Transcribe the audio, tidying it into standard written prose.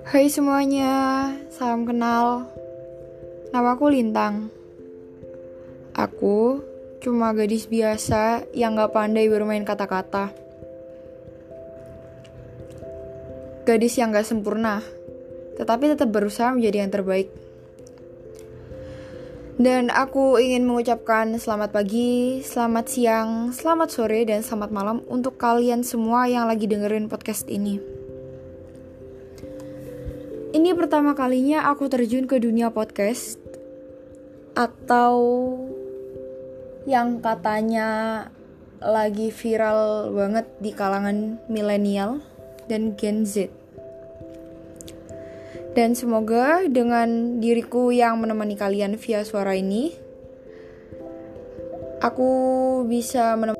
Hai semuanya, salam kenal. Namaku Lintang. Aku cuma gadis biasa yang gak pandai bermain kata-kata. Gadis yang gak sempurna, tetapi tetap berusaha menjadi yang terbaik. Dan aku ingin mengucapkan selamat pagi, selamat siang, selamat sore, dan selamat malam untuk kalian semua yang lagi dengerin podcast ini. Ini pertama kalinya aku terjun ke dunia podcast, atau yang katanya lagi viral banget di kalangan milenial dan Gen Z. Dan semoga dengan diriku yang menemani kalian via suara ini, aku bisa menemani